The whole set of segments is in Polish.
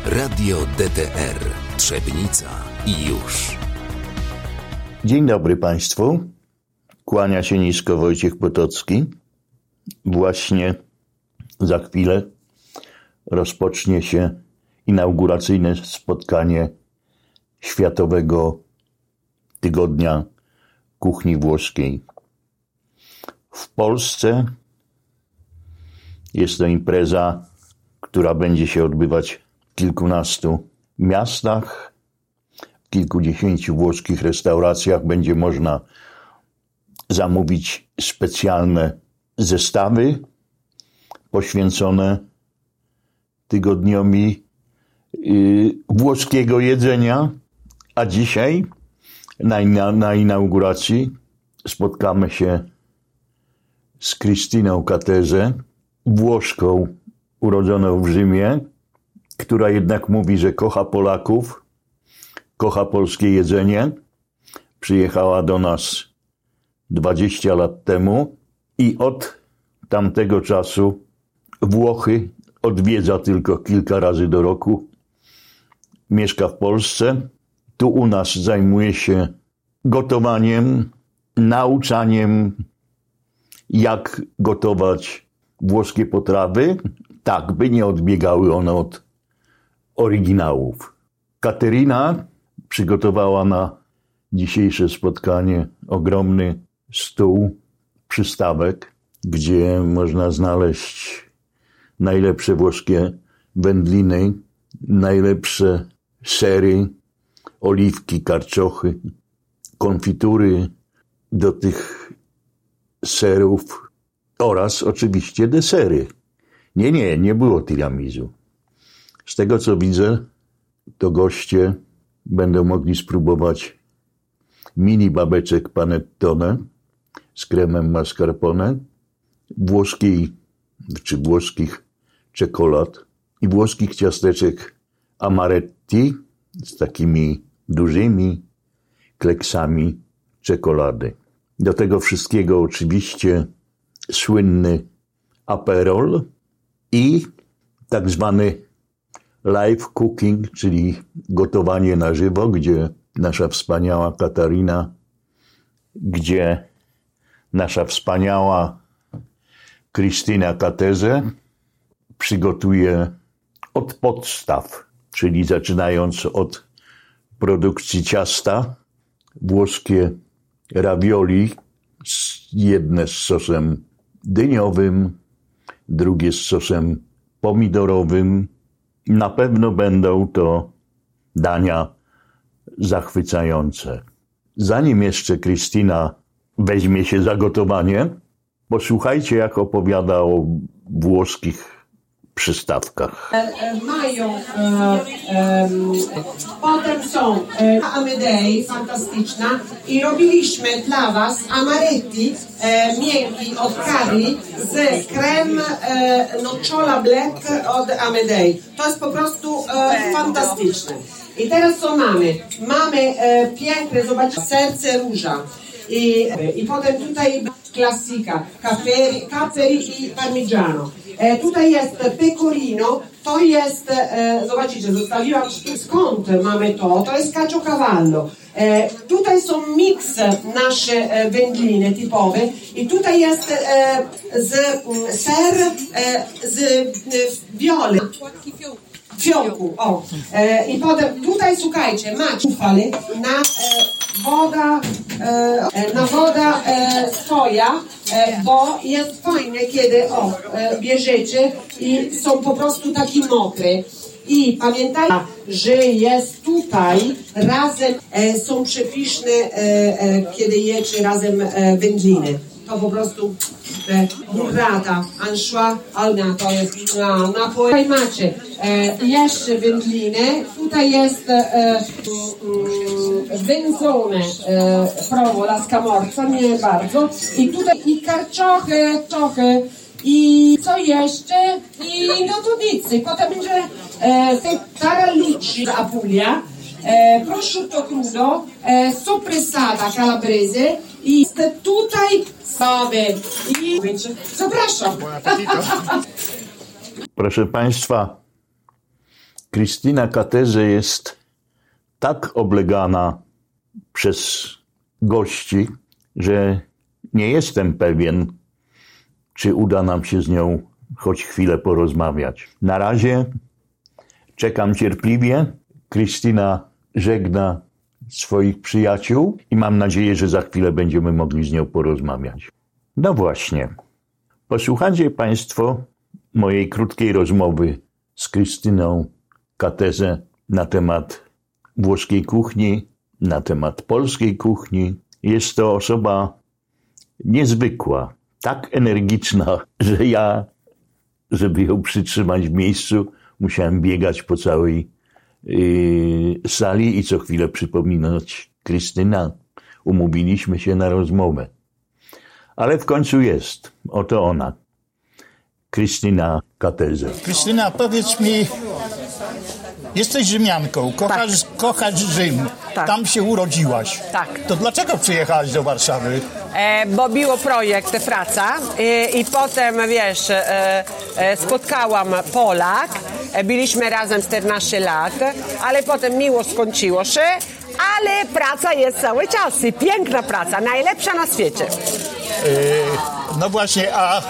Radio DTR Trzebnica i już. Dzień dobry Państwu. Kłania się nisko Wojciech Potocki. Właśnie za chwilę rozpocznie się inauguracyjne spotkanie Światowego Tygodnia Kuchni Włoskiej. W Polsce jest to impreza, która będzie się odbywać w kilkunastu miastach, w kilkudziesięciu włoskich restauracjach będzie można zamówić specjalne zestawy poświęcone tygodniowi włoskiego jedzenia, a dzisiaj na inauguracji spotkamy się z Cristiną Catese, Włoszką urodzoną w Rzymie, która jednak mówi, że kocha Polaków, kocha polskie jedzenie. Przyjechała do nas 20 lat temu i od tamtego czasu Włochy odwiedza tylko kilka razy do roku. Mieszka w Polsce. Tu u nas zajmuje się gotowaniem, nauczaniem, jak gotować włoskie potrawy, tak by nie odbiegały one od oryginałów. Katerina przygotowała na dzisiejsze spotkanie ogromny stół przystawek, gdzie można znaleźć najlepsze włoskie wędliny, najlepsze sery, oliwki, karczochy, konfitury do tych serów oraz oczywiście desery. Nie było tiramisu. Z tego co widzę, to goście będą mogli spróbować mini babeczek panettone z kremem mascarpone, włoskich czekolad i włoskich ciasteczek amaretti z takimi dużymi kleksami czekolady. Do tego wszystkiego oczywiście słynny aperol i tak zwany live cooking, czyli gotowanie na żywo, gdzie nasza wspaniała Katarina, gdzie nasza wspaniała Cristina Catese przygotuje od podstaw, czyli zaczynając od produkcji ciasta, włoskie ravioli, jedne z sosem dyniowym, drugie z sosem pomidorowym. Na pewno będą to dania zachwycające. Zanim jeszcze Cristina weźmie się za gotowanie, posłuchajcie, jak opowiada o włoskich przystawkach. Mają, potem są Amedei, fantastyczna, i robiliśmy dla Was amaretti miękki od Carli z krem nocciola black od Amedei. To jest po prostu fantastyczne. I teraz co mamy? Mamy piękne, zobaczcie, serce róża. I potem tutaj klasyka, capperi i parmigiano. Tutaj jest pecorino, to jest, zobaczycie, zostawiłam, skąd mamy to? To jest caciocavallo. Tutaj są miksy nasze wędliny typowe i tutaj jest ser z wiole. Fiołku, o. I potem tutaj, słuchajcie, macie ufale na woda soja, bo jest fajne, kiedy bierzecie i są po prostu takie mokre. I pamiętajcie, że jest tutaj razem, są przepyszne, kiedy jecie razem wędliny. To po prostu burrata, anchois, alna, to jest napój. Tutaj macie jeszcze wędliny, tutaj jest wędzone prowola, scamorza, nie bardzo. I tutaj i karczochy, i co jeszcze? I no to nic. Potem będzie tarallucci z Apulia, prosciutto crudo, soppressata calabrese i tutaj sobie. I zapraszam. Proszę Państwa, Krystyna Kateze jest tak oblegana przez gości, że nie jestem pewien, czy uda nam się z nią choć chwilę porozmawiać. Na razie czekam cierpliwie. Krystyna żegna swoich przyjaciół i mam nadzieję, że za chwilę będziemy mogli z nią porozmawiać. No właśnie. Posłuchajcie Państwo mojej krótkiej rozmowy z Krystyną Kateze na temat włoskiej kuchni, na temat polskiej kuchni. Jest to osoba niezwykła, tak energiczna, że ja, żeby ją przytrzymać w miejscu, musiałem biegać po całej sali i co chwilę przypominać: Krystyna, umówiliśmy się na rozmowę. Ale w końcu jest. Oto ona. Krystyna Kateze. Krystyna, powiedz mi, jesteś Rzymianką, kochasz Rzym, Tak. Tam się urodziłaś. Tak. To dlaczego przyjechałaś do Warszawy? Bo było projekt praca i potem, wiesz, spotkałam Polak, byliśmy razem 14 lat, ale potem miło skończyło się, ale praca jest cały czas i piękna praca, najlepsza na świecie. No właśnie, a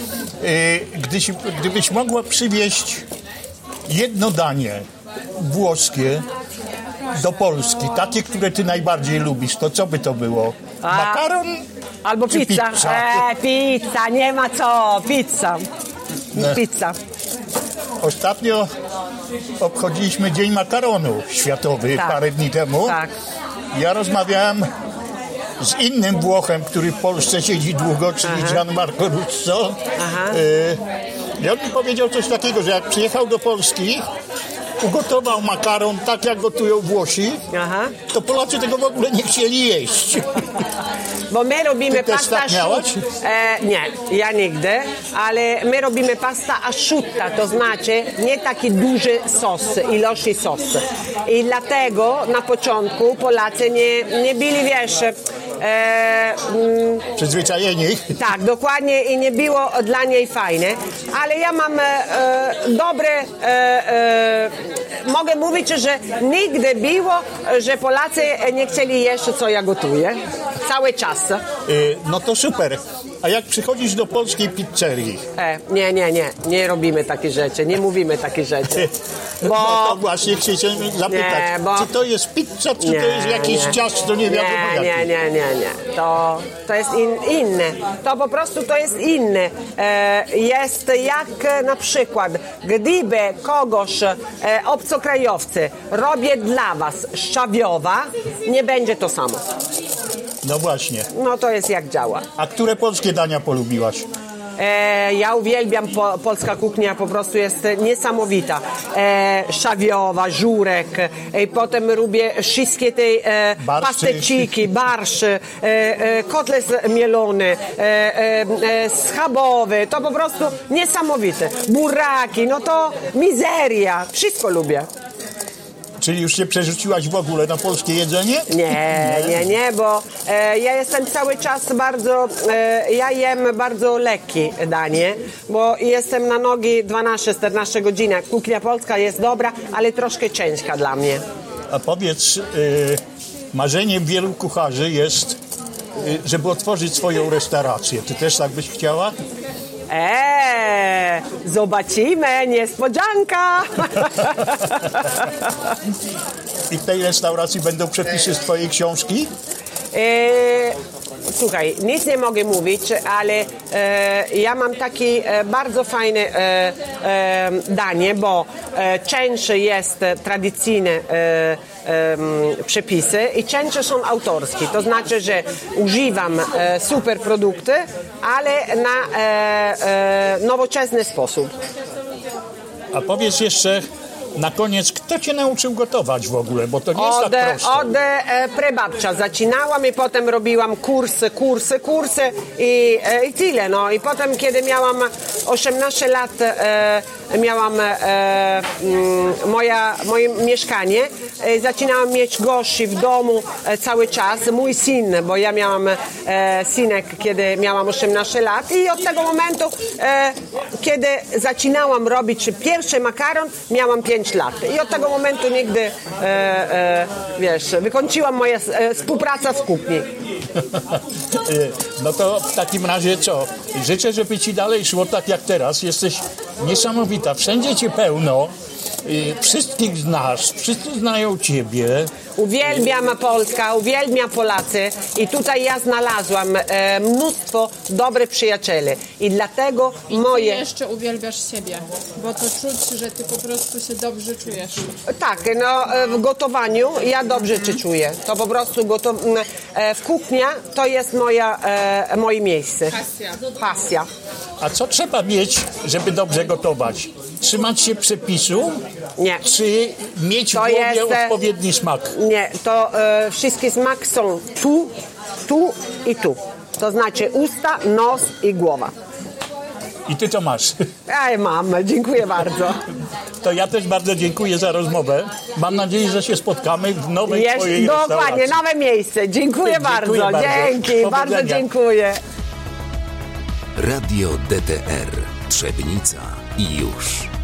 gdybyś mogła przywieźć jedno danie włoskie do Polski, takie, które ty najbardziej lubisz, to co by to było? Makaron? Albo czy pizza. Pizza, nie ma co, pizza. No. Pizza. Ostatnio obchodziliśmy Dzień Makaronu Światowy parę dni temu. Tak. Ja rozmawiałem z innym Włochem, który w Polsce siedzi długo, czyli Gianmarco Russo. I on mi powiedział coś takiego, że jak przyjechał do Polski, ugotował makaron tak, jak gotują Włosi, to Polacy tego w ogóle nie chcieli jeść. Bo my robimy Ty też pasta tak miałaś? Nie, ja nigdy, ale my robimy pasta asciutta, to znaczy nie taki duży sos, ilości sos. I dlatego na początku Polacy nie byli, wiesz, Przyzwyczajeni. tak, dokładnie, i nie było dla niej fajne, ale ja mam dobre, mogę mówić, że nigdy było, że Polacy nie chcieli jeść, co ja gotuję, cały czas. No to super. A jak przychodzisz do polskiej pizzerii? Nie robimy takie rzeczy, nie mówimy takie rzeczy. Bo... No to właśnie chcę się zapytać, czy to jest pizza, czy to jest jakieś ciasto, nie wiadomo jakie? Nie. To jest inne. To po prostu to jest inne. Jest jak na przykład, gdyby kogoś obcokrajowcy robię dla was szczawiowa, nie będzie to samo. No właśnie. No to jest jak działa. A które polskie dania polubiłaś? Ja uwielbiam polska kuchnia, po prostu jest niesamowita. Szawiowa, żurek, potem lubię wszystkie te pasteciki, barsz, kotlet mielony, schabowy, to po prostu niesamowite. Buraki, no to mizeria, wszystko lubię. Czyli już się przerzuciłaś w ogóle na polskie jedzenie? Nie, bo ja jestem cały czas bardzo, ja jem bardzo lekkie danie, bo jestem na nogi 12-14 godzin. Kuchnia polska jest dobra, ale troszkę ciężka dla mnie. A powiedz, marzeniem wielu kucharzy jest, żeby otworzyć swoją restaurację. Ty też tak byś chciała? Zobaczymy, niespodzianka. I w tej restauracji będą przepisy z twojej książki? Słuchaj, nic nie mogę mówić, ale ja mam takie bardzo fajne danie, bo część jest tradycyjne przepisy i część są autorskie. To znaczy, że używam super produkty, ale na nowoczesny sposób. A powiedz jeszcze na koniec, kto cię nauczył gotować w ogóle, bo to nie jest tak prosto. Od prababcia zaczynałam i potem robiłam kursy i tyle. No. I potem, kiedy miałam 18 lat, miałam moje mieszkanie, zaczynałam mieć gości w domu cały czas. Mój syn, bo ja miałam synek, kiedy miałam 18 lat i od tego momentu, kiedy zaczynałam robić pierwszy makaron, miałam 5 lat. I od tego momentu nigdy, wykończyłam moją współpracę w kuchni. No to w takim razie co? Życzę, żeby ci dalej szło tak jak teraz. Jesteś niesamowita. Wszędzie cię pełno. Wszystkich znasz. Wszyscy znają ciebie. Uwielbiam Polskę, uwielbiam Polacy i tutaj ja znalazłam mnóstwo dobrych przyjacieli i dlatego Ty jeszcze uwielbiasz siebie, bo to czuć, że ty po prostu się dobrze czujesz. Tak, no w gotowaniu ja dobrze się czuję. To po prostu w kuchni to jest moje miejsce. Pasja. A co trzeba mieć, żeby dobrze gotować? Trzymać się przepisu? Nie. Czy mieć w głowie odpowiedni smak? Nie, to wszystkie smaki są tu i tu. To znaczy usta, nos i głowa. I ty to masz. Ja mam, dziękuję bardzo. To ja też bardzo dziękuję za rozmowę. Mam nadzieję, że się spotkamy w nowej twojej restauracji. Dokładnie, nowe miejsce. Dziękuję bardzo. Dzięki, Powodzenia. bardzo dziękuję. Radio DTR Trzebnica i już.